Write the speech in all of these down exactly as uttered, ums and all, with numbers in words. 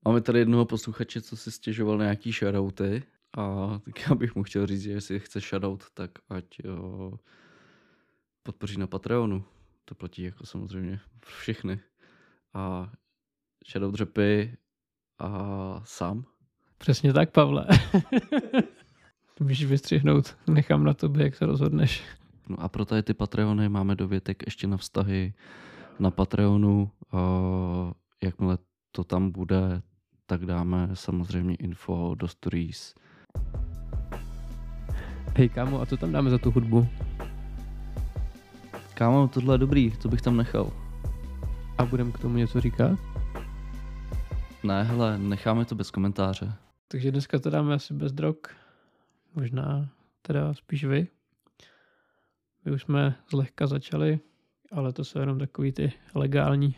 Máme tady jednoho posluchače, co si stěžoval na nějaký shoutouty a tak já bych mu chtěl říct, že jestli chce shoutout, tak ať jo, podpoří na Patreonu. To platí jako samozřejmě pro všechny. A shoutout Řepy a sám. Přesně tak, Pavle. Můžeš vystřihnout, nechám na tobě, jak se rozhodneš. No a pro tady ty Patreony máme dovětek ještě na vztahy na Patreonu. A jakmile to tam bude, tak dáme samozřejmě info do stories. Hej kámo, a co tam dáme za tu hudbu? Kámo, tohle je dobrý, co bych tam nechal? A budem k tomu něco říkat? Ne, hele, necháme to bez komentáře. Takže dneska to dáme asi bez drog. Možná teda spíš vy. My už jsme zlehka začali, ale to jsou jenom takový ty legální.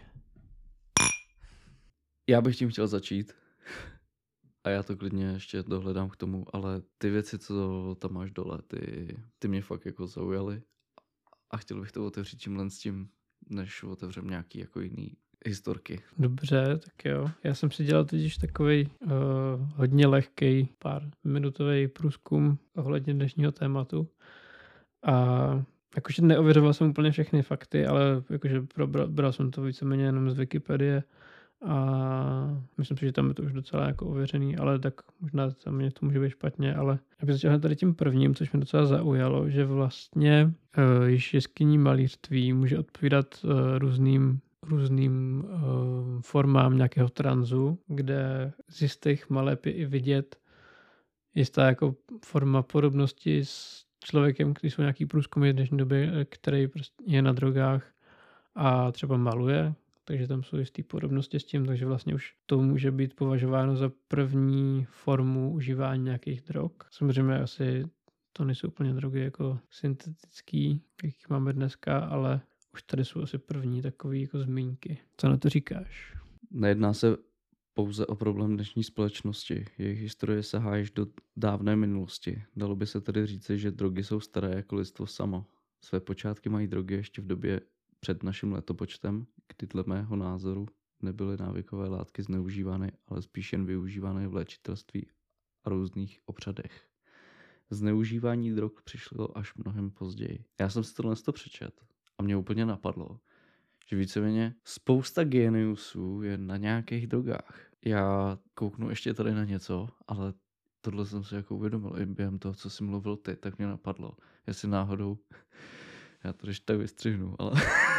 Já bych tím chtěl začít. A já to klidně ještě dohledám k tomu, ale ty věci, co tam máš dole, ty, ty mě fakt jako zaujaly. A chtěl bych to otevřít tímhle s tím, než otevřem nějaký jako jiný historky. Dobře, tak jo. Já jsem si dělal totiž takovej uh, hodně lehkej, pár minutový průzkum ohledně dnešního tématu. A jakože neověřoval jsem úplně všechny fakty, ale jakože probral, bral jsem to víceméně jenom z Wikipedie a myslím si, že tam je to už docela jako ověřený, ale tak možná tam mě to může být špatně, ale já bych začal tady tím prvním, což mě docela zaujalo, že vlastně uh, již jeskyní malířství může odpovídat uh, různým různým uh, formám nějakého tranzu, kde z jistých maleb je i vidět jistá jako forma podobnosti s člověkem, když jsou nějaký průzkumy v dnešní době, který prostě je na drogách a třeba maluje, takže tam jsou jisté podobnosti s tím, takže vlastně už to může být považováno za první formu užívání nějakých drog. Samozřejmě asi to nejsou úplně drogy jako syntetický, jakých máme dneska, ale už tady jsou asi první takový jako zmínky. Co na to říkáš? Nejedná se pouze o problém dnešní společnosti. Jejich historie sahá již do dávné minulosti. Dalo by se tedy říci, že drogy jsou staré jako lidstvo samo. Své počátky mají drogy ještě v době před naším letopočtem, kdy dle mého názoru nebyly návykové látky zneužívány, ale spíš jen využívány v léčitelství a různých obřadech. Zneužívání drog přišlo až mnohem později. Já jsem si tohle to přečet a mě úplně napadlo, že víceméně spousta geniusů je na nějakých drogách. Já kouknu ještě tady na něco, ale tohle jsem si jako uvědomil i během toho, co jsi mluvil ty, tak mě napadlo. Jestli náhodou, já to ještě tak vystřihnu, ale...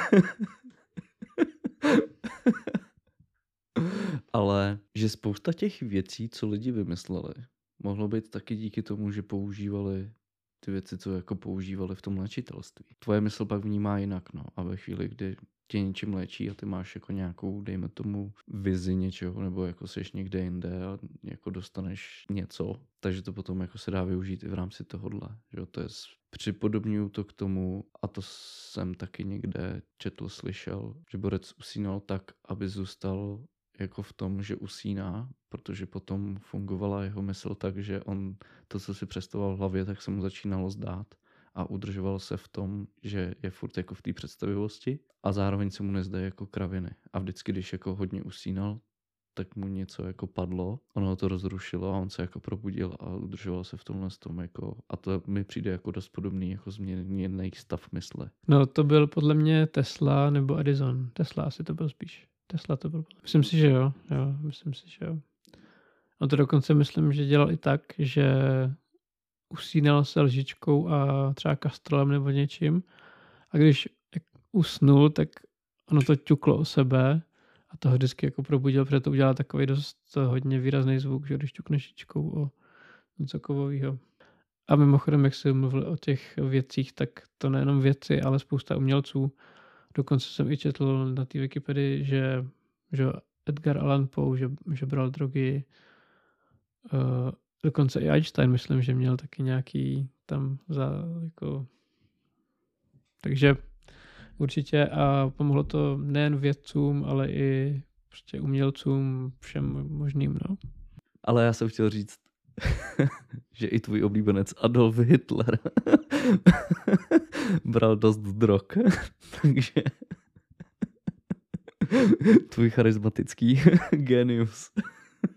ale že spousta těch věcí, co lidi vymysleli, mohlo být taky díky tomu, že používali ty věci, co jako používali v tom léčitelství. Tvoje mysl pak vnímá jinak, no. A ve chvíli, kdy tě něčím léčí a ty máš jako nějakou, dejme tomu, vizi něčeho, nebo jako seš někde jinde a jako dostaneš něco, takže to potom jako se dá využít i v rámci tohohle. Že? To je, připodobňuju to k tomu, a to jsem taky někde četl, slyšel, že borec usínal tak, aby zůstal jako v tom, že usíná, protože potom fungovala jeho mysl tak, že on to, co si představoval v hlavě, tak se mu začínalo zdát a udržoval se v tom, že je furt jako v té představivosti a zároveň se mu nezdají jako kraviny. A vždycky, když jako hodně usínal, tak mu něco jako padlo, ono to rozrušilo a on se jako probudil a udržoval se v tomhle tom jako, a to mi přijde jako dost podobný jako změněný stav mysle. No to byl podle mě Tesla nebo Edison. Tesla asi to byl spíš. Tesla to byl. Myslím si, že jo. jo myslím si, že jo. A to dokonce myslím, že dělal i tak, že usínal se lžičkou a třeba kastrolem nebo něčím. A když usnul, tak ono to ťuklo o sebe a to ho vždycky jako probudil, protože to udělal takový dost hodně výrazný zvuk, že když ťukneš lžičkou o něco kovového. A mimochodem, jak jsi mluvil o těch věcích, tak to nejenom věci, ale spousta umělců. Dokonce jsem i četl na té Wikipedii, že, že Edgar Allan Poe, že, že bral drogy. Uh, dokonce i Einstein, myslím, že měl taky nějaký tam za jako... Takže určitě a pomohlo to nejen vědcům, ale i prostě umělcům, všem možným, no. Ale já jsem chtěl říct, že i tvůj oblíbenec Adolf Hitler bral dost drog, takže tvůj charismatický genius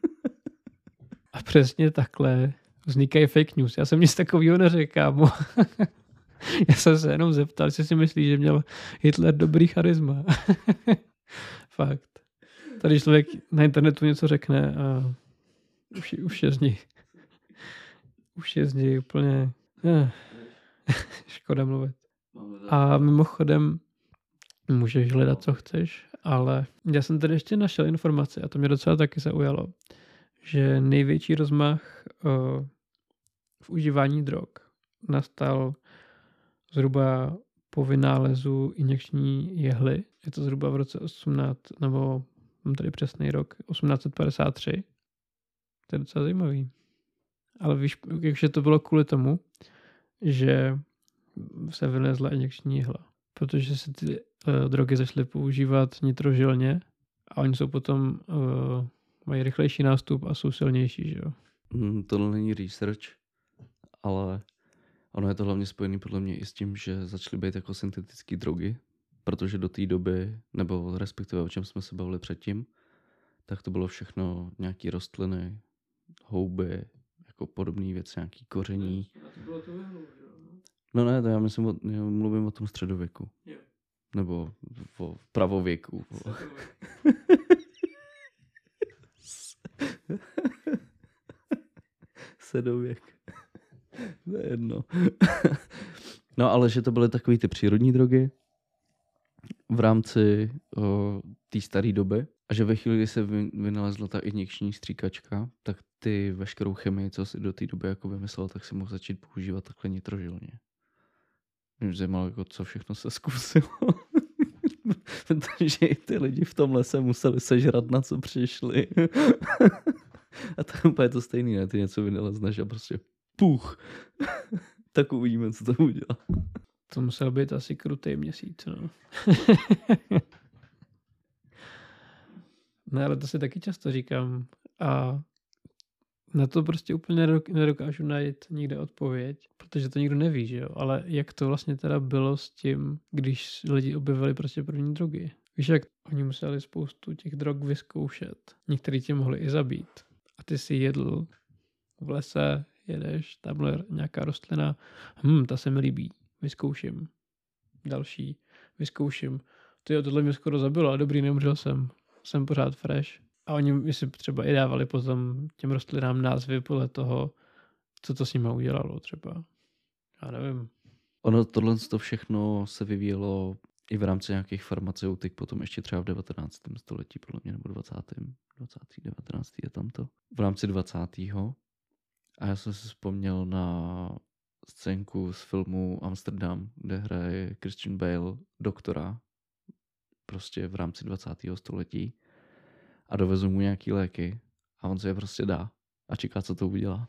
A přesně takhle vznikají fake news. Já jsem nic takového neřekl, kámo. Já jsem se jenom zeptal, jestli si myslí, že měl Hitler dobrý charisma. Fakt. Tady člověk na internetu něco řekne a už, už je z něj. Už je z něj úplně... Eh, škoda mluvit. A mimochodem můžeš hledat, co chceš, ale já jsem tady ještě našel informace a to mě docela taky zaujalo, že největší rozmach uh, v užívání drog nastal zhruba po vynálezu injekční jehly. Je to zhruba v roce osmnáct, nebo mám tady přesný rok, osmnáct set padesát tři. To je docela zajímavý. Ale víš, jakže to bylo kvůli tomu, že se vylezla injekční jehla. Protože se ty uh, drogy začaly používat nitrožilně a oni jsou potom uh, mají rychlejší nástup a jsou silnější, že jo? Mm, tohle není research, ale ono je to hlavně spojené podle mě i s tím, že začaly být jako syntetické drogy, protože do té doby, nebo respektive o čem jsme se bavili předtím, tak to bylo všechno nějaký rostliny, houby, jako podobné věci, nějaký koření. No ne, to já myslím, o, já mluvím o tom středověku. Jo. Nebo o pravověku. Sedověk. To je jedno. No ale že to byly takový ty přírodní drogy v rámci té staré doby a že ve chvíli, kdy se vynalezla ta injekční stříkačka, tak ty veškerou chemii, co si do té doby jako vymyslel, tak si mohl začít používat takhle nitrožilně. Mě zajímalo, jako, co všechno se zkusilo. Protože i ty lidi v tom lese museli sežrat, na co přišli. A to úplně to stejný, ne? Ty něco vynalezneš a prostě puch. Tak uvidíme, co to udělá. To musel být asi krutý měsíc, no. No ale to si taky často říkám. A na to prostě úplně nedokážu najít nikde odpověď, protože to nikdo neví, že jo. Ale jak to vlastně teda bylo s tím, když lidi objevili prostě první drogy? Víš, jak oni museli spoustu těch drog vyzkoušet. Některý tě mohli i zabít. A ty si jedl v lese, jedeš, tamhle nějaká rostlina, hm, ta se mi líbí, vyzkouším. Další, vyzkouším. Tyjo, tohle mě skoro zabilo, ale dobrý, neumřel jsem. Jsem pořád fresh. A oni mi si třeba i dávali potom těm rostlinám názvy podle toho, co to s nimi udělalo třeba. Já nevím. Ono tohle to všechno se vyvíjelo i v rámci nějakých farmaceutik, potom ještě třeba v devatenáctém století, podle mě, nebo dvacátém dvacátém devatenáctém je tam to. V rámci dvacátého A já jsem si vzpomněl na scénku z filmu Amsterdam, kde hraje Christian Bale doktora prostě v rámci dvacátého století a dovezou mu nějaký léky a on se je prostě dá a čeká, co to udělá.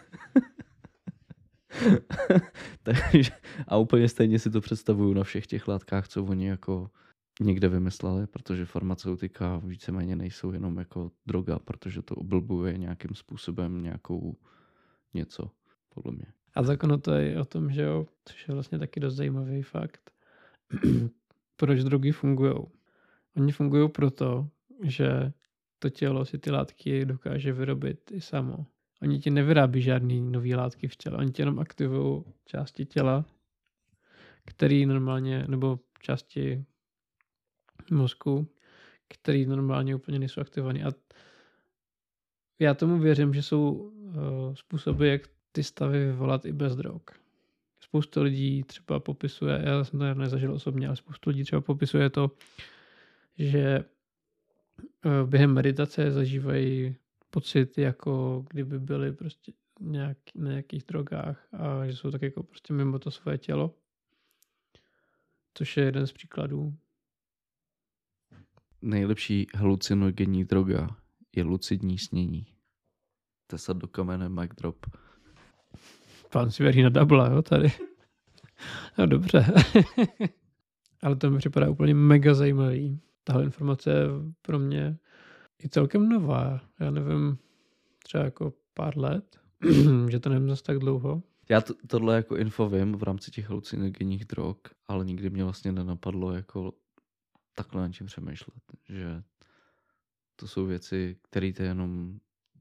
Takže, a úplně stejně si to představuju na všech těch látkách, co oni jako někde vymysleli, protože farmaceutika víceméně nejsou jenom jako droga, protože to oblbuje nějakým způsobem nějakou něco, podle mě. A tak ono to je o tom, že jo, což je vlastně taky dost zajímavý fakt. Proč drogy fungujou? Oni fungují proto, že to tělo si ty látky dokáže vyrobit i samo. Oni ti nevyrábí žádný nový látky v těle, oni ti jenom aktivují části těla, který normálně, nebo části mozku, který normálně úplně nejsou aktivovaný. A já tomu věřím, že jsou uh, způsoby, jak ty stavy vyvolat i bez drog. Spoustu lidí třeba popisuje, já jsem to nezažil osobně, ale spoustu lidí třeba popisuje to, že uh, během meditace zažívají pocit, jako kdyby byli prostě nějak, na nějakých drogách a že jsou tak jako prostě mimo to svoje tělo. Což je jeden z příkladů. Nejlepší halucinogenní droga je lucidní snění. Tesat do kamene, mic drop. Pán si věří na dubla, jo, tady. No dobře. Ale to mi připadá úplně mega zajímavý. Tahle informace je pro mě i celkem nová. Já nevím, třeba jako pár let, že to nevím zase tak dlouho. Já to, tohle jako info vím v rámci těch halucinogenních drog, ale nikdy mě vlastně nenapadlo jako takhle nad čím přemýšlet, že to jsou věci, které ty jenom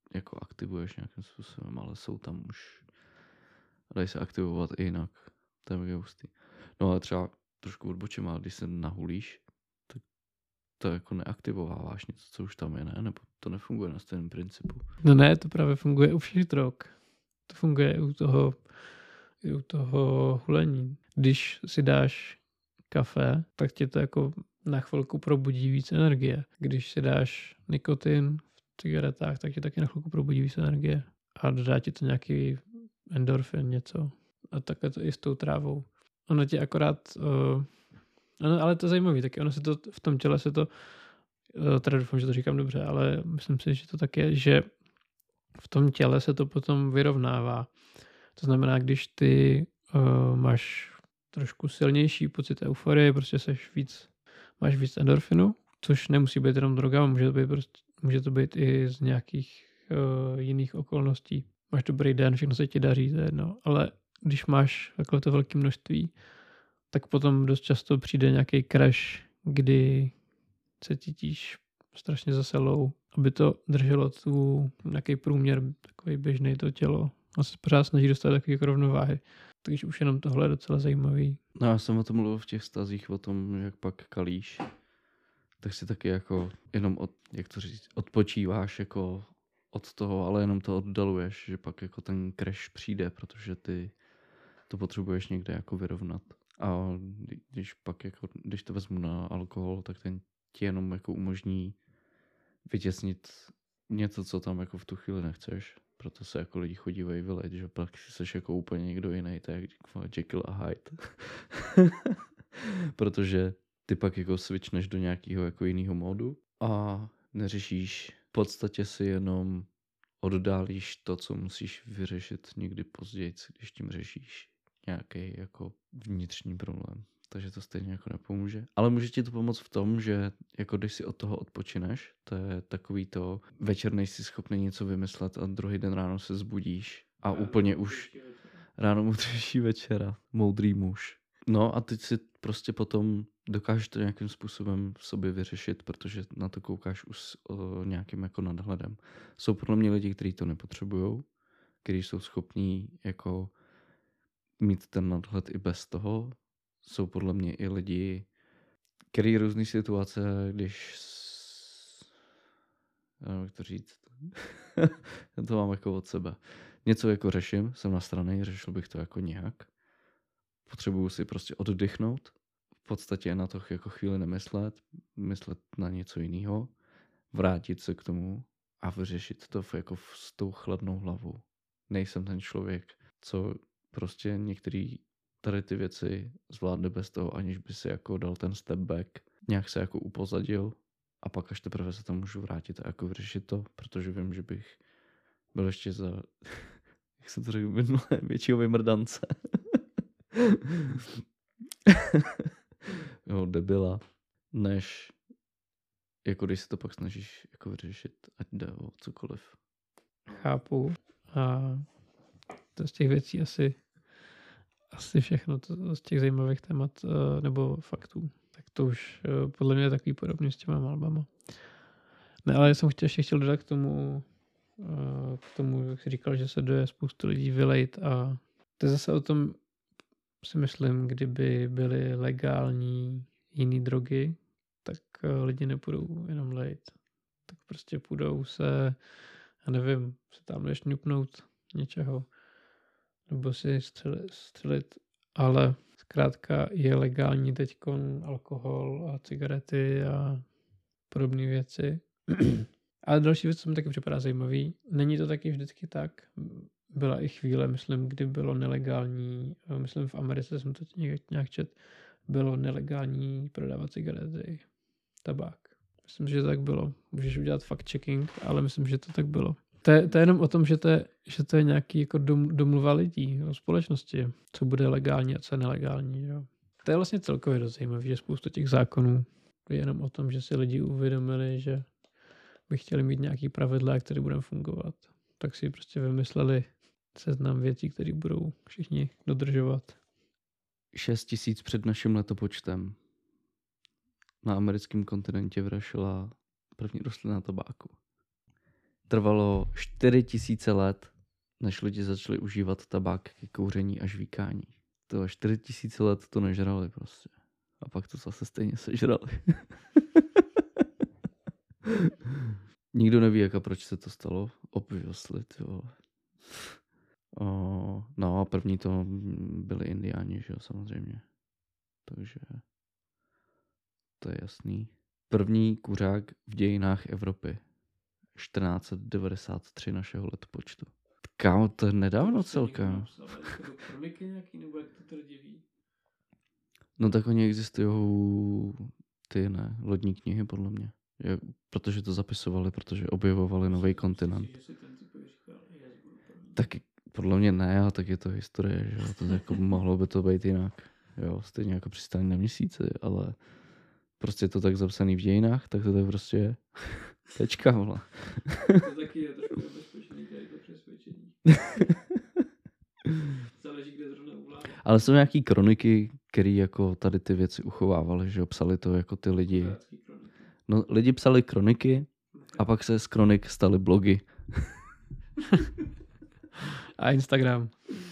jako aktivuješ nějakým způsobem, ale jsou tam už, dají se aktivovat i jinak. To je mega hustý. No ale třeba trošku odbočím, ale když se nahulíš, tak to jako neaktivováváš něco, co už tam je, ne? Nebo to nefunguje na stejném principu. No ne, to právě funguje u všech drog. To funguje i u toho, i u toho hulení. Když si dáš kafe, tak tě to jako na chvilku probudí víc energie. Když si dáš nikotin v cigaretách, tak tě taky na chvilku probudí víc energie. A dodá ti to nějaký endorfin, něco. A takhle to i s tou trávou. Ono ti akorát... Uh, ano, ale to je zajímavé, taky ono se to v tom těle se to... Uh, teda doufám, že to říkám dobře, ale myslím si, že to tak je, že v tom těle se to potom vyrovnává. To znamená, když ty uh, máš trošku silnější pocit euforie, prostě seš víc, máš víc endorfinu, což nemusí být jenom droga, může to být, prostě, může to být i z nějakých uh, jiných okolností. Máš dobrý den, všechno se ti daří, to je jedno, ale když máš takhle to velké množství, tak potom dost často přijde nějaký crash, kdy se cítíš strašně zase low, aby to drželo tu nějaký průměr, takový běžný to tělo. On se pořád snaží dostat takový jako rovnováhy. Takže už jenom tohle je docela zajímavý. No já jsem o tom mluvil v těch stazích, o tom, jak pak kalíš. Tak si taky jako jenom, od, jak to říct, odpočíváš jako od toho, ale jenom to oddaluješ, že pak jako ten crash přijde, protože ty to potřebuješ někde jako vyrovnat. A když pak jako, když to vezmu na alkohol, tak ten ti jenom jako umožní vytěsnit něco, co tam jako v tu chvíli nechceš. Proto se jako lidi chodívají vylet, že pak jsi jako úplně někdo jiný, tak jak Jekyll a Hyde. Protože ty pak jako switchneš do nějakého jako jiného módu a neřešíš, v podstatě si jenom oddálíš to, co musíš vyřešit někdy později, když tím řešíš nějaký jako vnitřní problém. Takže to stejně jako nepomůže. Ale může ti to pomoct v tom, že jako když si od toho odpočineš, to je takový to, večer nejsi schopný něco vymyslet a druhý den ráno se zbudíš a ráno úplně už ráno moudřejší večera, moudrý muž. No a teď si prostě potom dokážeš to nějakým způsobem v sobě vyřešit, protože na to koukáš už o, nějakým jako nadhledem. Jsou podle mě lidi, kteří to nepotřebujou, kteří jsou schopní jako mít ten nadhled i bez toho. Jsou podle mě i lidi, který různý situace, když já nevím, jak to říct. Já to mám jako od sebe. Něco jako řeším, jsem na straně, řešil bych to jako nějak. Potřebuju si prostě oddychnout. V podstatě na to jako chvíli nemyslet, myslet na něco jiného, vrátit se k tomu a vyřešit to jako s tou chladnou hlavou. Nejsem ten člověk, co prostě některý tady ty věci zvládne bez toho, aniž by si jako dal ten step back, nějak se jako upozadil a pak až teprve se tam můžu vrátit a jako vyřešit to, protože vím, že bych byl ještě za, jak jsem to řekl minulé, většího vymrdance. Jo, debila, než jako když se to pak snažíš jako vyřešit, ať jde o cokoliv. Chápu. A to z těch věcí asi asi všechno to, z těch zajímavých témat nebo faktů. Tak to už podle mě je takový podobný s těma malbama. Ne, ale já jsem chtěl, ještě chtěl dodat k tomu, k tomu, jak jsi říkal, že se doje spoustu lidí vylejt a to je zase o tom, si myslím, kdyby byly legální jiný drogy, tak lidi nepůjdou jenom lejt. Tak prostě půjdou se, já nevím, se tam šňupnout něčeho, nebo si střelit, střelit, ale zkrátka je legální teďkon alkohol a cigarety a podobné věci. Ale další věc, co mi taky připadá zajímavý, není to taky vždycky tak. Byla i chvíle, myslím, kdy bylo nelegální, myslím v Americe jsem to nějak čet, bylo nelegální prodávat cigarety, tabák. Myslím, že to tak bylo. Můžeš udělat fact-checking, ale myslím, že to tak bylo. To je, to je jenom o tom, že to je, že to je nějaký jako dom, domluva lidí o společnosti, co bude legální a co je nelegální. Jo. To je vlastně celkově dost zajímavé, že spoustu těch zákonů je jenom o tom, že si lidi uvědomili, že by chtěli mít nějaký pravidla, které budou fungovat. Tak si prostě vymysleli seznam věcí, které budou všichni dodržovat. Šest tisíc před naším letopočtem na americkém kontinentě vyrašila první rostlina tabáku. trvalo čtyři tisíce let, než lidi začali užívat tabák ke kouření a žvíkání. To čtyři tisíce let to nežrali prostě. A pak to zase stejně sežrali. Nikdo neví, jak a proč se to stalo. Obviously, ty vole. O, no a první to byli indiáni, že jo, samozřejmě. Takže to je jasný. První kuřák v dějinách Evropy. čtrnáct devadesát tři našeho letopočtu. Kámo, to je nedávno celkem. Kroniky nějaký, nebo jak to tvrdě ví? No tak oni existují ty ne, lodní knihy podle mě. Je, protože to zapisovali, protože objevovali nový kontinent. Tak podle mě ne, ale tak je to historie, že jo. To jako mohlo by to být jinak. Jo, stejně jako přistání na měsíci, ale prostě je to tak zapsaný v dějinách, tak to tak prostě je. Tečka, vole. To taky je trošku nebezpečný, tady to přesvědčení. Záleží, kde zrovna uvládá. Ale jsou nějaký kroniky, který jako tady ty věci uchovávali, že jo, psali to jako ty lidi. No, lidi psali kroniky a pak se z kronik staly blogy. A Instagram.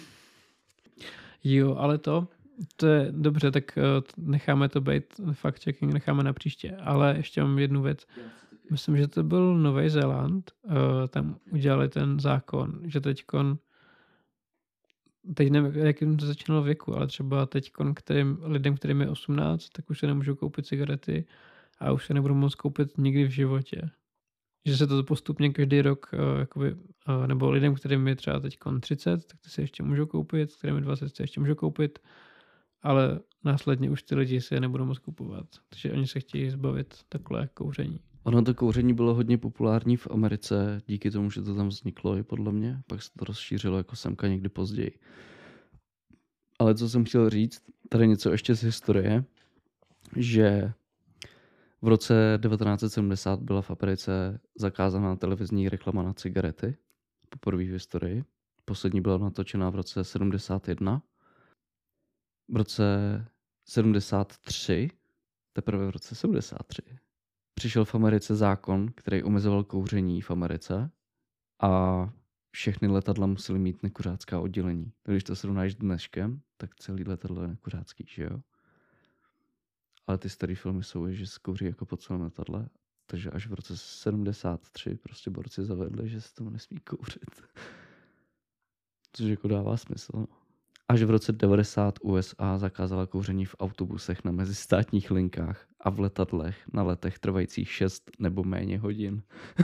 Jo, ale to, to je dobře, tak uh, necháme to být, fact checking necháme na příště. Ale ještě mám jednu věc. Myslím, že to byl Nový Zéland. Uh, tam udělali ten zákon, že teďkon, teď nevím, jakým to začínalo věku, ale třeba teďkon, kterým, lidem, kterým je osmnáct, tak už se nemůžou koupit cigarety a už se nebudou moct koupit nikdy v životě. Že se to postupně každý rok, uh, jakoby, uh, nebo lidem, kterým je třeba teď třicet, tak ty se ještě můžou koupit, kterým je dvacet se ještě můžou koupit, ale následně už ty lidi si je nebudou moct kupovat. Takže oni se chtějí zbavit takhle kouření. Ono to kouření bylo hodně populární v Americe, díky tomu, že to tam vzniklo i podle mě, pak se to rozšířilo jako semka někdy později. Ale co jsem chtěl říct, tady něco ještě z historie, že v roce devatenáct set sedmdesát byla v Americe zakázaná televizní reklama na cigarety, poprvé v historii. Poslední byla natočená v roce sedmdesát jedna. V roce sedmdesát tři, teprve v roce sedmdesát tři, přišel v Americe zákon, který omezoval kouření v Americe a všechny letadla musely mít nekuřácká oddělení. Když to srovnáš s dneškem, tak celý letadlo je nekuřácký, že jo? Ale ty staré filmy jsou, že se kouří jako po celém letadle, takže až v roce sedmdesát tři prostě borci zavedli, že se tomu nesmí kouřit. Což jako dává smysl, no. Až v roce devadesát U S A zakázala kouření v autobusech na mezistátních linkách a v letadlech na letech trvajících šest nebo méně hodin.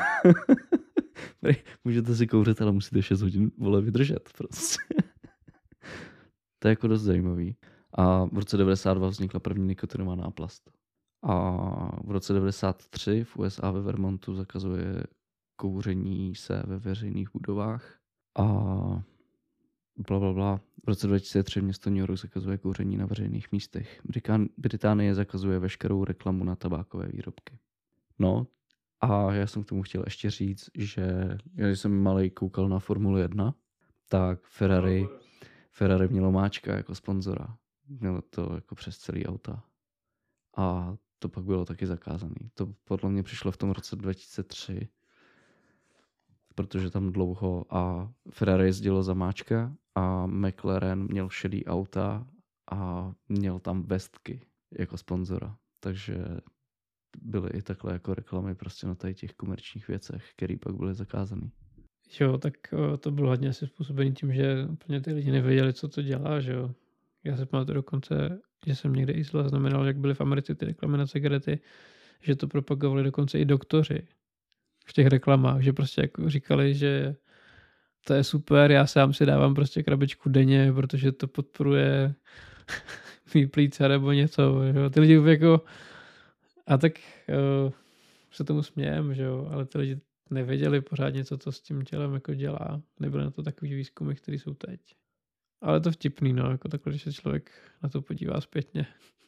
Můžete si kouřit, ale musíte šest hodin vole vydržet prostě. To je jako dost zajímavý. A v roce devadesát dva vznikla první nikotinová náplast. A v roce devadesát tři v U S A ve Vermontu zakazuje kouření se ve veřejných budovách. A bla, bla, bla. V roce dva tisíce tři město New York zakazuje kouření na veřejných místech. Britán- Británie zakazuje veškerou reklamu na tabákové výrobky. No a já jsem k tomu chtěl ještě říct, že když jsem malej koukal na Formuli jedna, tak Ferrari, Ferrari mělo Máčka jako sponzora. Mělo to jako přes celý auta. A to pak bylo taky zakázaný. To podle mě přišlo v tom roce dva tisíce tři, protože tam dlouho a Ferrari jezdilo za Máčka a McLaren měl šedý auta a měl tam vestky jako sponzora. Takže byly i takhle jako reklamy prostě na tady těch komerčních věcech, které pak byly zakázané. Jo, tak o, to bylo hodně asi způsobený tím, že úplně ty lidi nevěděli, co to dělá, že jo. Já se pamatuju dokonce, že jsem někde i zaznamenal, jak byly v Americe ty reklamy na cigarety, že to propagovali dokonce i doktoři v těch reklamách, že prostě jako říkali, že to je super, já sám si dávám prostě krabičku denně, protože to podporuje mý plíce nebo něco, že jo. Ty lidi jako, a tak uh, se tomu smějem, že jo, ale ty lidi nevěděli pořádně, co to s tím tělem jako dělá. Nebyly na to takový výzkumy, které jsou teď. Ale to vtipný, no, jako takhle, když se člověk na to podívá zpětně.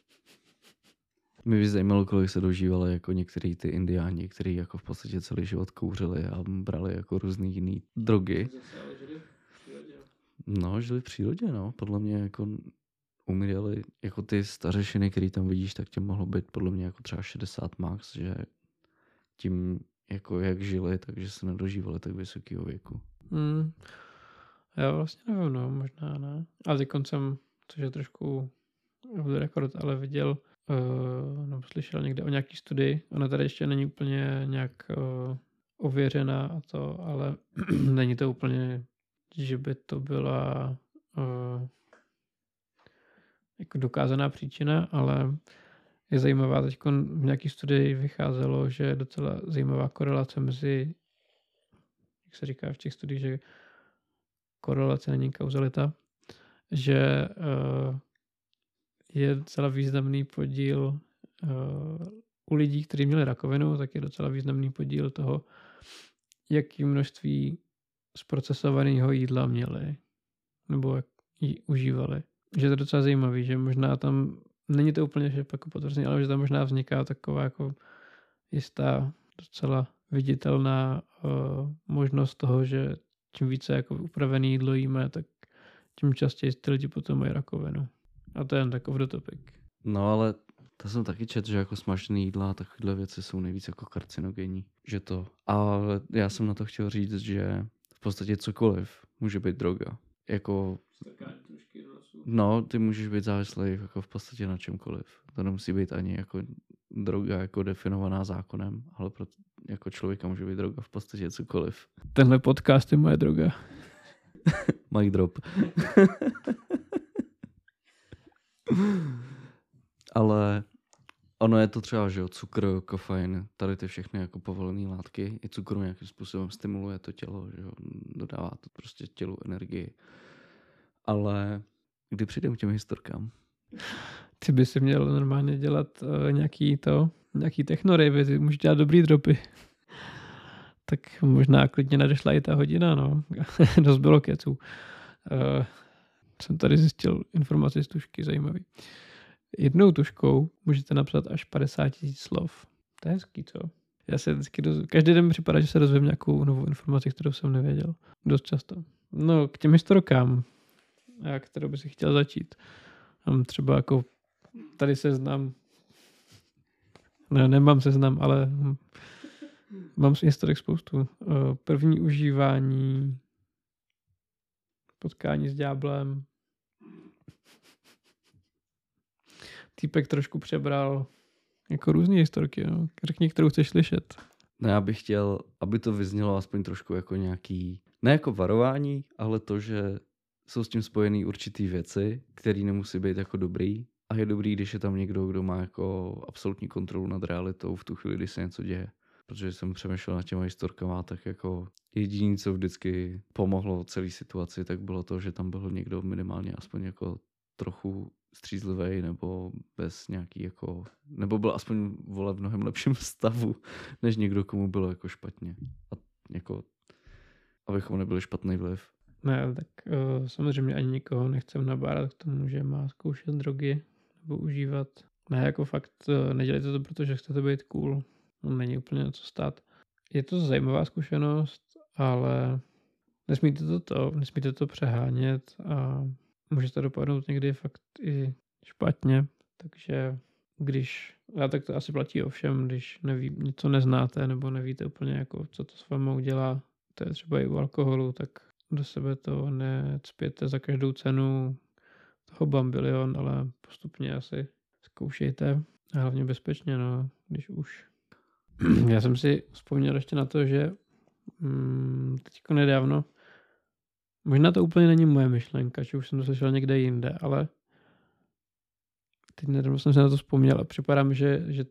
Mě by zajímalo, kolik se dožívali jako některý ty indiáni, kteří jako v podstatě celý život kouřili a brali jako různý jiný drogy. No, žili v přírodě, no. Podle mě jako umírali, jako ty stařešiny, který tam vidíš, tak tě mohlo být podle mě jako třeba šedesát max, že tím jako jak žili, takže se nedožívali tak vysokého věku. Hmm. Já vlastně nevím, no, možná ne. A teď jsem, což je trošku off the record, ale viděl, uh, nebo slyšel někde o nějaký studii, ona tady ještě není úplně nějak uh, ověřená a to, ale není to úplně, že by to byla uh, jako dokázaná příčina, ale je zajímavá, teď v nějaký studii vycházelo, že je docela zajímavá korelace mezi, jak se říká v těch studiích, že korelace není kauzalita, že uh, je docela významný podíl uh, u lidí, kteří měli rakovinu, tak je docela významný podíl toho, jaký množství zprocesovaného jídla měli nebo jak ji užívali. Že to je docela zajímavý, že možná tam, není to úplně že jako potvrzený, ale že tam možná vzniká taková jako jistá docela viditelná uh, možnost toho, že čím více jako upravený jídlo jíme, tak tím častěji ty lidi potom mají rakovinu. A to je jen tak off the topic. No ale to jsem taky četl, že jako smažený jídla a takovéhle věci jsou nejvíc jako karcinogenní. Že to. Ale já jsem na to chtěl říct, že v podstatě cokoliv může být droga. Jako no, ty můžeš být závislý jako v podstatě na čemkoliv. To nemusí být ani jako droga jako definovaná zákonem, ale pro jako člověka může být droga v podstatě cokoliv. Tenhle podcast je moje droga. Mic drop. Ale ono je to třeba, že jo, cukr, kofein, tady ty všechny jako povolené látky. I cukr nějakým způsobem stimuluje to tělo, že jo, dodává to prostě tělu energii. Ale kdy přijdem k těm historkám? Ty by si měl normálně dělat uh, nějaký to, nějaký technorejvy, ty můžeš dělat dobrý dropy. Tak možná klidně nadešla i ta hodina, no. Dost bylo keců. Uh, jsem tady zjistil informaci z tušky, zajímavý. Jednou tuškou můžete napsat až padesát tisíc slov. To je hezký, co? Já se vždycky doz... Každý den mi připadá, že se dozvím nějakou novou informaci, kterou jsem nevěděl. Dost často. No, k těm historkám, já kterou by si chtěl začít. Mám třeba jako tady seznam. Ne, nemám seznam, ale mám historik spoustu. První užívání, potkání s ďáblem. Týpek trošku přebral jako různý historky. No. Řekni, kterou chceš slyšet. No já bych chtěl, aby to vyznělo aspoň trošku jako nějaký, ne jako varování, ale to, že jsou s tím spojený určitý věci, které nemusí být jako dobrý. A je dobrý, když je tam někdo, kdo má jako absolutní kontrolu nad realitou v tu chvíli, kdy se něco děje. Protože jsem přemýšlel nad těma historkama, tak jako jediné, co vždycky pomohlo celé situaci, tak bylo to, že tam byl někdo minimálně aspoň jako trochu střízlivý nebo bez nějaký jako, nebo byl aspoň vole v mnohem lepším stavu, než někdo, komu bylo jako špatně. A jako, abychom nebyli špatný vliv. Ne, tak uh, samozřejmě ani nikoho nechcem nabárat k tomu, že má zkoušet drogy nebo užívat. Ne, jako fakt uh, nedělejte to, protože chcete být cool. No, není úplně na co stát. Je to zajímavá zkušenost, ale nesmíte to, to, nesmíte to přehánět a může to dopadnout někdy fakt i špatně. Takže když, a tak to asi platí o všem, když neví, něco neznáte nebo nevíte úplně, jako, co to s vámi udělá, to je třeba i u alkoholu, tak do sebe to necpěte za každou cenu toho bambilion, ale postupně asi zkoušejte a hlavně bezpečně, no, když už. Já jsem si vzpomněl ještě na to, že mm, teďko nedávno, možná to úplně není moje myšlenka, že už jsem to slyšel někde jinde, ale teď nedávno jsem se na to vzpomněl a připadá mi, že, že,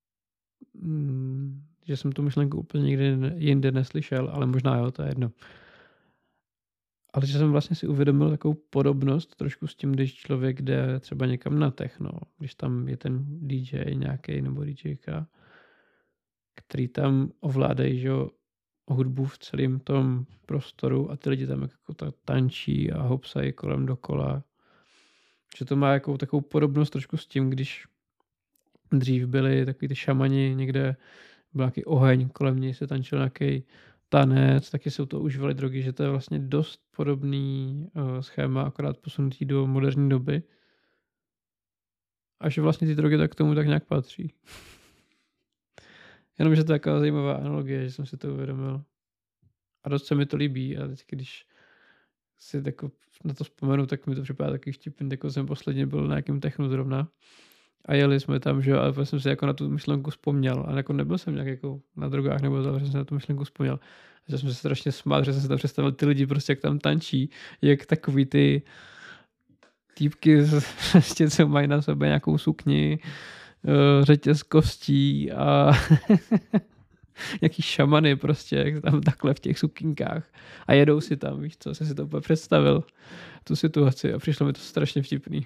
mm, že jsem tu myšlenku úplně nikdy jinde neslyšel, ale možná jo, to je jedno. Ale že jsem vlastně si uvědomil takovou podobnost trošku s tím, když člověk jde třeba někam na techno, když tam je ten D J nějaký nebo DJka, který tam ovládají, že hudbu v celém tom prostoru a ty lidi tam jako tak tančí a hopsají kolem dokola. Že to má jako takovou podobnost trošku s tím, když dřív byli takový ty šamani, někde byl nějaký oheň, kolem něj se tančil nějaký tanec, taky jsou to užívali drogy, že to je vlastně dost podobný uh, schéma, akorát posunutý do moderní doby. A že vlastně ty drogy tak k tomu tak nějak patří. Jenom, že to je taková zajímavá analogie, že jsem si to uvědomil. A dost se mi to líbí. A teď, když si tako na to vzpomenu, tak mi to připadá taky vtipný. Jako jsem posledně byl na nějakém technu zrovna. A jeli jsme tam, že jo, ale jsem si jako na tu myšlenku vzpomněl. A jako nebyl jsem nějak jako na drogách nebo to, že jsem si na tu myšlenku vzpomněl. Že jsem se strašně smál, že jsem si tam představil ty lidi prostě, jak tam tančí, jak takový ty týpky, prostě, co mají na sebe nějakou sukni, řetěz kostí a nějaký šamany prostě, jak tam takhle v těch sukinkách a jedou si tam, víš co, jsem si to úplně představil, tu situaci a přišlo mi to strašně vtipný.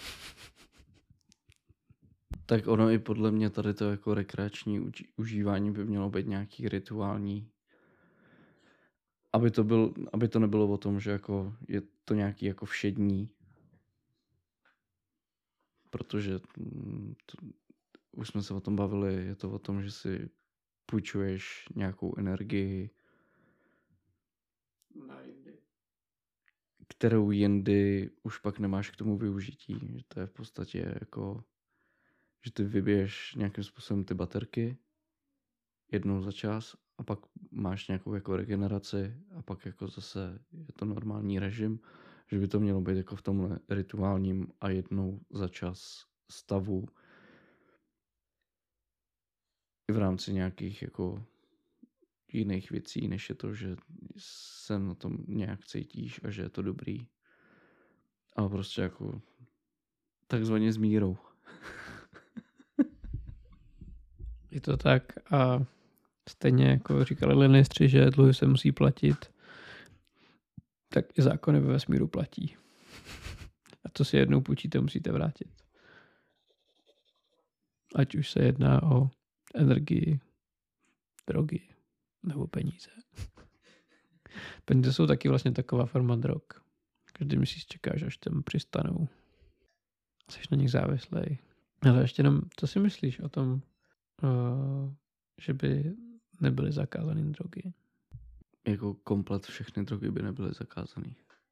Tak ono i podle mě tady to jako rekreační uži- užívání by mělo být nějaký rituální. Aby to, byl, aby to nebylo o tom, že jako je to nějaký jako všední. Protože to, už jsme se o tom bavili, je to o tom, že si půjčuješ nějakou energii, kterou jindy už pak nemáš k tomu využití. Že to je v podstatě jako, že ty vybiješ nějakým způsobem ty baterky jednou za čas a pak máš nějakou jako regeneraci a pak jako zase je to normální režim, že by to mělo být jako v tomhle rituálním a jednou za čas stavu i v rámci nějakých jako jiných věcí, než je to, že se na tom nějak cítíš a že je to dobrý. Ale prostě jako takzvaně s mírou. Je to tak a stejně jako říkali linistři, že dluhy se musí platit, tak i zákony ve vesmíru platí. A co si jednou půjčíte, musíte vrátit. Ať už se jedná o energii, drogy nebo peníze. Peníze jsou taky vlastně taková forma drog. Každý měsíc čekáš, až tam přistanou. Jsi na nich závislej. Ale ještě jenom, co si myslíš o tom, uh, že by nebyly zakázané drogy? Jako komplet všechny drogy by nebyly zakázané.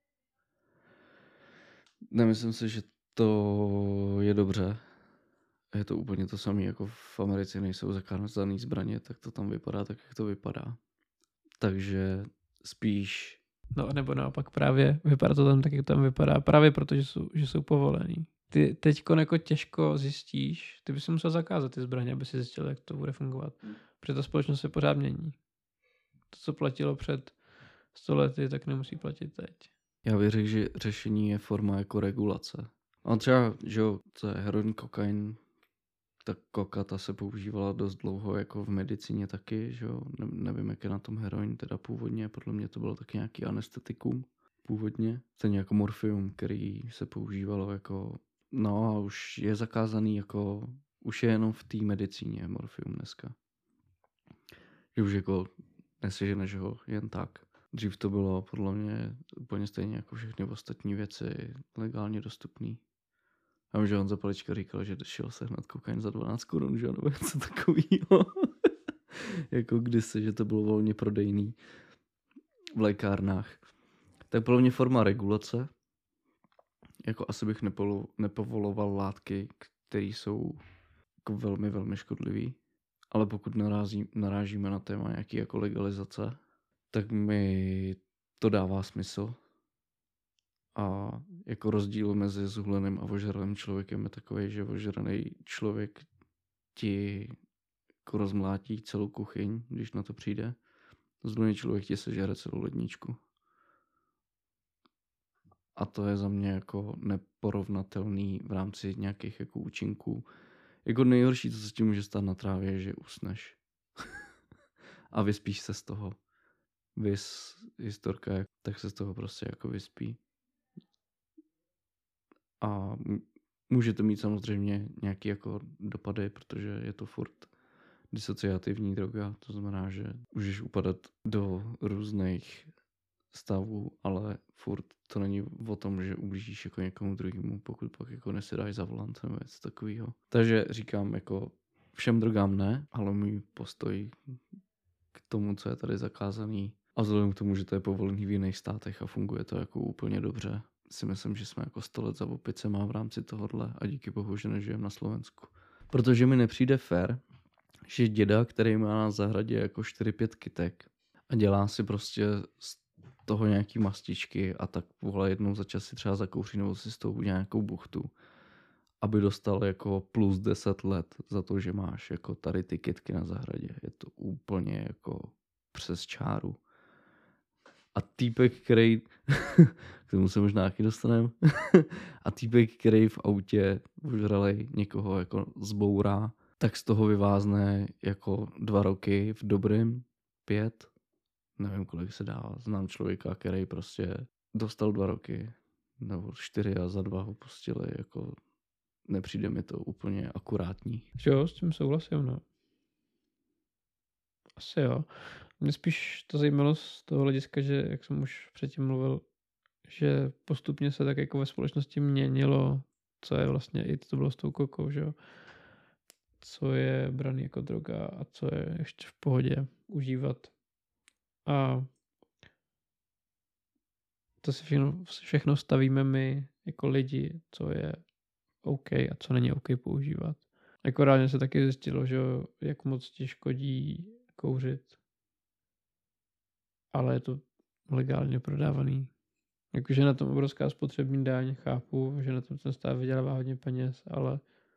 Nemyslím si, že to je dobře. Je to úplně to samé, jako v Americe nejsou zakázané zbraně, tak to tam vypadá tak, jak to vypadá. Takže spíš... No nebo naopak právě vypadá to tam tak, jak to tam vypadá, právě protože jsou, že jsou povolený. Ty teďko jako těžko zjistíš, ty bys musel zakázat ty zbraně, aby si zjistil, jak to bude fungovat. Protože ta společnost se pořád mění. To, co platilo před sto lety, tak nemusí platit teď. Já bych řekl, že řešení je forma jako regulace. A třeba, že jo, co je heroin, kokain, tak koka ta se používala dost dlouho jako v medicíně taky, že jo. Ne, nevím, jak je na tom heroin teda původně, podle mě to bylo taky nějaký anestetikum původně. Stejně jako morfium, který se používalo jako, no a už je zakázaný jako, už je jenom v té medicíně morfium dneska. Že už jako neseženeš ho jen tak. Dřív to bylo podle mě úplně stejně jako všechny ostatní věci legálně dostupný. Já vím, že Honza Palička říkal, že šel sehnat kokain za dvanáct korun, že nebo něco takového. Jako kdysi, že to bylo volně prodejný v lékárnách. Tak podle mě forma regulace. Jako asi bych nepolo, nepovoloval látky, které jsou jako velmi, velmi škodlivý. Ale pokud narazí, narážíme na téma nějaký jako legalizace, tak mi to dává smysl. A jako rozdíl mezi zuhleným a ožralým člověkem je takový, že ožraný člověk ti jako rozmlátí celou kuchyň, když na to přijde. Zuhlený člověk ti sežere celou ledničku. A to je za mě jako neporovnatelný v rámci nějakých jako účinků. Jako nejhorší, co se ti může stát na trávě, je, že usneš. A vyspíš se z toho. Vys historka, tak se z toho prostě jako vyspí. A může to mít samozřejmě nějaké jako dopady, protože je to furt disociativní droga, to znamená, že můžeš upadat do různých stavů, ale furt to není o tom, že ublížíš jako někomu druhému, pokud pak jako nesedáš za volant nebo něco takového. Takže říkám jako všem drogám ne, ale můj postoj k tomu, co je tady zakázaný a vzhledem k tomu, že to je povolený v jiných státech a funguje to jako úplně dobře, si myslím, že jsme jako sto let za opicema v rámci tohohle a díky bohu, že nežijeme na Slovensku. Protože mi nepřijde fér, že děda, který má na zahradě jako čtyři pět kytek a dělá si prostě z toho nějaký mastičky a tak vole jednou za čas si třeba zakouří nebo si s tou nějakou buchtu, aby dostal jako plus deset let za to, že máš jako tady ty kytky na zahradě. Je to úplně jako přes čáru. A týpek, který, k tomu se možná taky dostaneme, a týpek, který v autě ožralej někoho jako zbourá, tak z toho vyvázne jako dva roky v dobrým, pět, nevím kolik se dá, znám člověka, který prostě dostal dva roky, nebo čtyři a za dva ho pustili, jako nepřijde mi to úplně akurátní. Jo, s tím souhlasím, no. Asi jo. Mě spíš to zajímalo z toho hlediska, že, jak jsem už předtím mluvil, že postupně se tak jako ve společnosti měnilo, co je vlastně, i to bylo s tou kokou, že jo, co je braný jako droga a co je ještě v pohodě užívat. A to si všechno, všechno stavíme my jako lidi, co je OK a co není OK používat. Jako reálně se taky zjistilo, že jo, jak moc ti škodí kouřit. Ale je to legálně prodávaný. Jakože na tom obrovská spotřební daň, chápu, že na tom ten stát vydělává hodně peněz, ale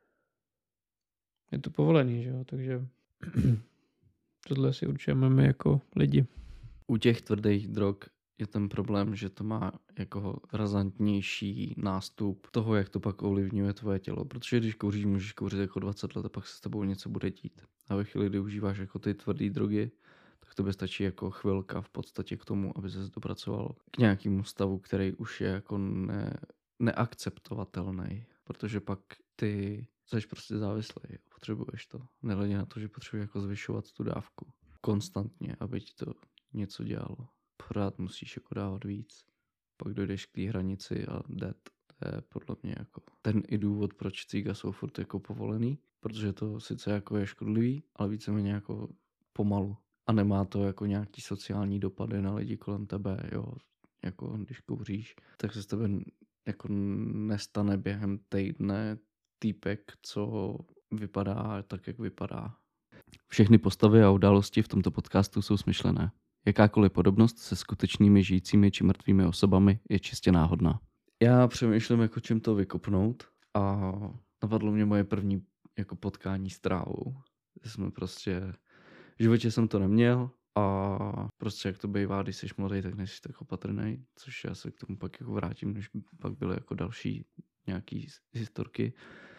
je to povolený, že jo, takže tohle si určujeme my jako lidi. U těch tvrdých drog je ten problém, že to má jako razantnější nástup toho, jak to pak ovlivňuje tvoje tělo. Protože když kouříš, můžeš kouřit jako dvacet let a pak se s tebou něco bude dít. A ve chvíli, kdy užíváš jako ty tvrdé drogy, tak to by stačí jako chvilka v podstatě k tomu, aby se dopracoval k nějakému stavu, který už je jako ne, neakceptovatelný. Protože pak ty jsi prostě závislý, potřebuješ to. Nehledě na to, že potřebuješ jako zvyšovat tu dávku konstantně, aby ti to něco dělalo. Pořád musíš jako dávat víc. Pak dojdeš k té hranici a dead. To je podle mě jako ten i důvod, proč cíga jsou furt jako povolený. Protože to sice jako je škodlivý, ale víceméně jako pomalu. A nemá to jako nějaký sociální dopady na lidi kolem tebe, jo. Jako když kouříš, tak se s tebe jako nestane během týdne týpek, co vypadá tak, jak vypadá. Všechny postavy a události v tomto podcastu jsou smyšlené. Jakákoliv podobnost se skutečnými žijícími či mrtvými osobami je čistě náhodná. Já přemýšlím, jako čím to vykopnout a napadlo mě moje první jako potkání s trávou. Jsme prostě, v životě jsem to neměl a prostě jak to bývá, když jsi mladý, tak nejsi tak opatrnej, což já se k tomu pak jako vrátím, než pak byly jako další nějaký historky.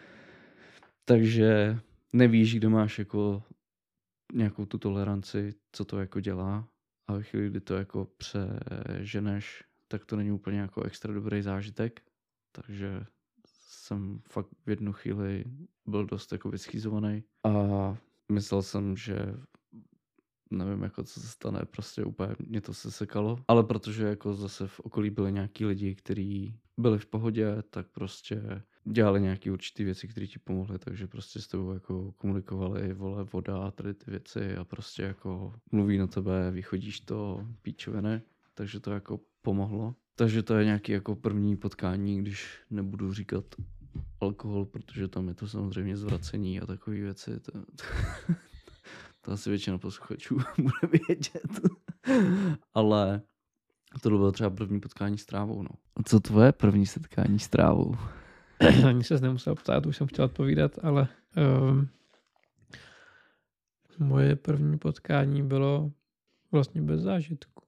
Takže nevíš, kde máš jako nějakou tu toleranci, co to jako dělá. A ve chvíli, kdy to jako přeženeš, tak to není úplně jako extra dobrý zážitek. Takže jsem fakt v jednu chvíli byl dost jako vyschýzovaný. A myslel jsem, že nevím, jako co se stane, prostě úplně mě to se sekalo. Ale protože jako zase v okolí byli nějaký lidi, kteří byli v pohodě, tak prostě dělali nějaké určité věci, které ti pomohly, takže prostě s tebou jako komunikovali, vole, voda a tady ty věci a prostě jako mluví na tebe, vychodíš to, píčoviny, takže to jako pomohlo. Takže to je nějaký jako první potkání, když nebudu říkat alkohol, protože tam je to samozřejmě zvracení a takové věci. To, to, to asi většina posluchačů bude vědět. Ale to bylo třeba první potkání s trávou, no. A co tvoje první setkání s trávou? Ani se nemusel ptát, už jsem chtěl odpovídat, ale um, moje první potkání bylo vlastně bez zážitku.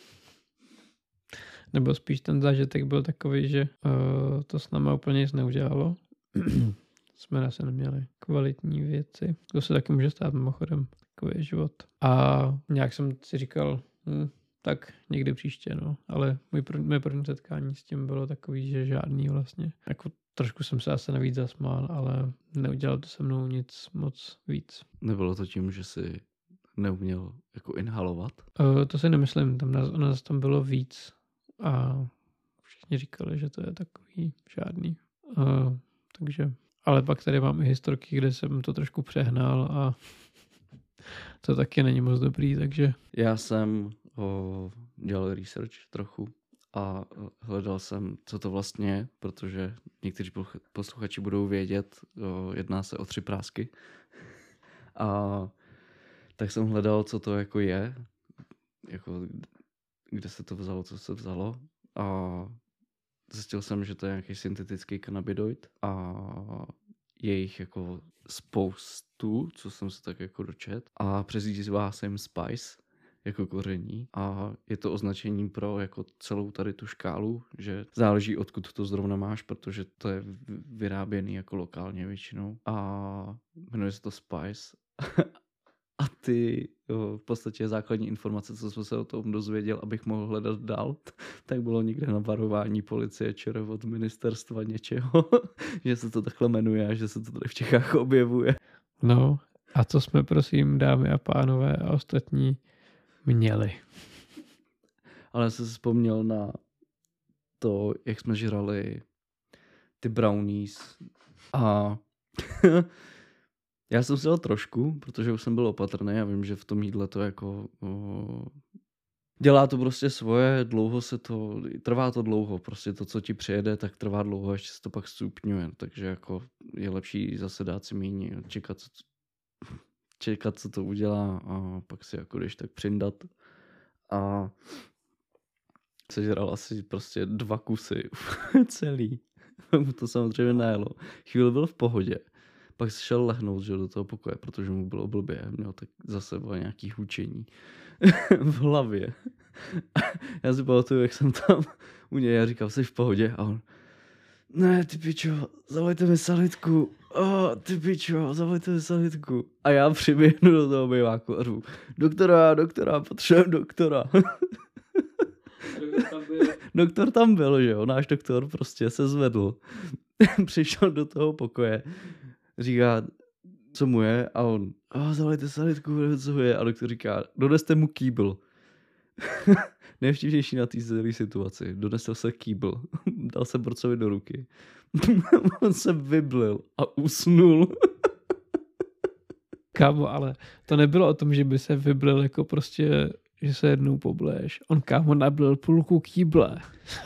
Nebo spíš ten zážitek byl takový, že uh, to s náma úplně nic neudělalo. Jsme zase neměli kvalitní věci. To se taky může stát mimochodem, takový je život. A nějak jsem si říkal, hm, tak někdy příště, no. Ale můj prv, moje první setkání s tím bylo takový, že žádný vlastně. Jako trošku jsem se asi navíc zasmál, ale neudělal to se mnou nic moc víc. Nebylo to tím, že jsi neuměl jako inhalovat? Uh, to si nemyslím, tam nás, nás tam bylo víc a všichni říkali, že to je takový žádný. Uh, takže, ale pak tady mám i historky, kde jsem to trošku přehnal a to taky není moc dobrý, takže... Já jsem o, dělal research trochu a hledal jsem, co to vlastně je, protože někteří posluchači budou vědět, o, jedná se o tři prásky. A tak jsem hledal, co to jako je, jako kde se to vzalo, co se vzalo a zjistil jsem, že to je nějaký syntetický kanabinoid a je jich jako spoustu, co jsem se tak jako dočet a přezdívá se jim Spice jako koření a je to označení pro jako celou tady tu škálu, že záleží odkud to zrovna máš, protože to je vyráběný jako lokálně většinou a jmenuje se to Spice a ty jo, v podstatě základní informace, co jsem se o tom dozvěděl, abych mohl hledat dál, tak bylo někde na varování policie ČR od ministerstva něčeho, že se to takhle jmenuje a že se to tady v Čechách objevuje. No a co jsme prosím dámy a pánové a ostatní měli. Ale jsem si vzpomněl na to, jak jsme žrali ty brownies a já jsem si dal trošku, protože už jsem byl opatrný. Já vím, že v tom jídle to jako o, dělá to prostě svoje, dlouho se to, trvá to dlouho, prostě to, co ti přijede, tak trvá dlouho, ještě se to pak stupňuje, takže jako je lepší zase dát si míň, čekat, co, čekat, co to udělá a pak si jako když tak přindat a sežral asi prostě dva kusy celý. To samozřejmě nejelo. Chvíli byl v pohodě. Pak se šel lehnout, že do toho pokoje, protože mu bylo blbě. Měl tak za sebou nějaký hučení v hlavě. Já si pamatuju, jak jsem tam u něj, já říkal, jsi v pohodě? A on, ne, ty pičo, zavolejte mi sanitku. Oh, ty pičo, zavolejte mi sanitku. A já přiběhnu do toho obýváku a řvu, doktora, doktora, potřebuji doktora. Tam byl. Doktor tam byl, že jo, náš doktor prostě se zvedl. Přišel do toho pokoje, říká, co mu je a on, oh, zavolejte sanitku, co je. A doktor říká, doneste mu kýbl. Nejvtipnější na té celé situaci. Donesl se kýbl, dal se borcovi do ruky. On se vyblil a usnul. Kámo, ale to nebylo o tom, že by se vyblil jako prostě, že se jednou pobleješ. On, kámo, nablil půlku kýble.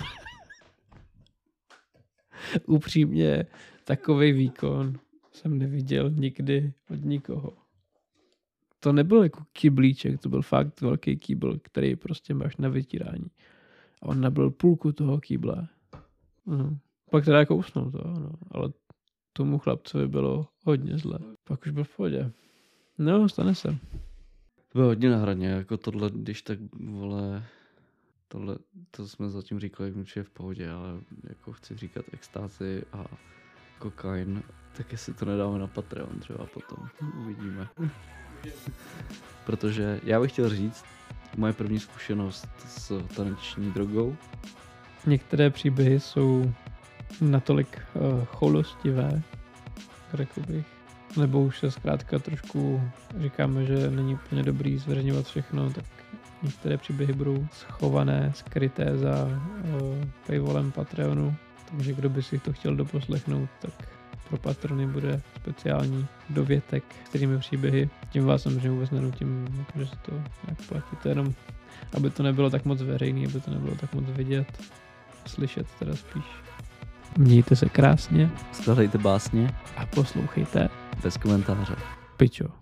Upřímně, takovej výkon jsem neviděl nikdy od nikoho. To nebyl jako kyblíček, to byl fakt velký kýbl, který prostě máš na vytírání. A on nablil půlku toho kýble. Mhm. Pak teda jako usnul to, no. Ale tomu chlapcovi bylo hodně zle. Pak už byl v pohodě. No, stane se. To bylo hodně na hraně, jako tohle, když tak, vole, tohle, to jsme zatím říkali, že je v pohodě, ale jako chci říkat extázy a kokain, tak jestli to nedáme na Patreon třeba potom, uvidíme. Protože já bych chtěl říct, moje první zkušenost s taneční drogou. Některé příběhy jsou natolik uh, choulostivé, řekl bych. Nebo už se zkrátka trošku říkáme, že není úplně dobrý zveřejňovat všechno, tak některé příběhy budou schované, skryté za uh, paywallem Patreonu. Takže kdo by si to chtěl doposlechnout, tak pro patrony bude speciální dovětek s kterými příběhy. Tím vás samozřejmě vůbec nenutím, že se to nějak platí. To jenom, aby to nebylo tak moc veřejný, aby to nebylo tak moc vidět, slyšet teda spíš. Mějte se krásně. Skladejte básně. A poslouchejte. Bez komentáře. Pičo.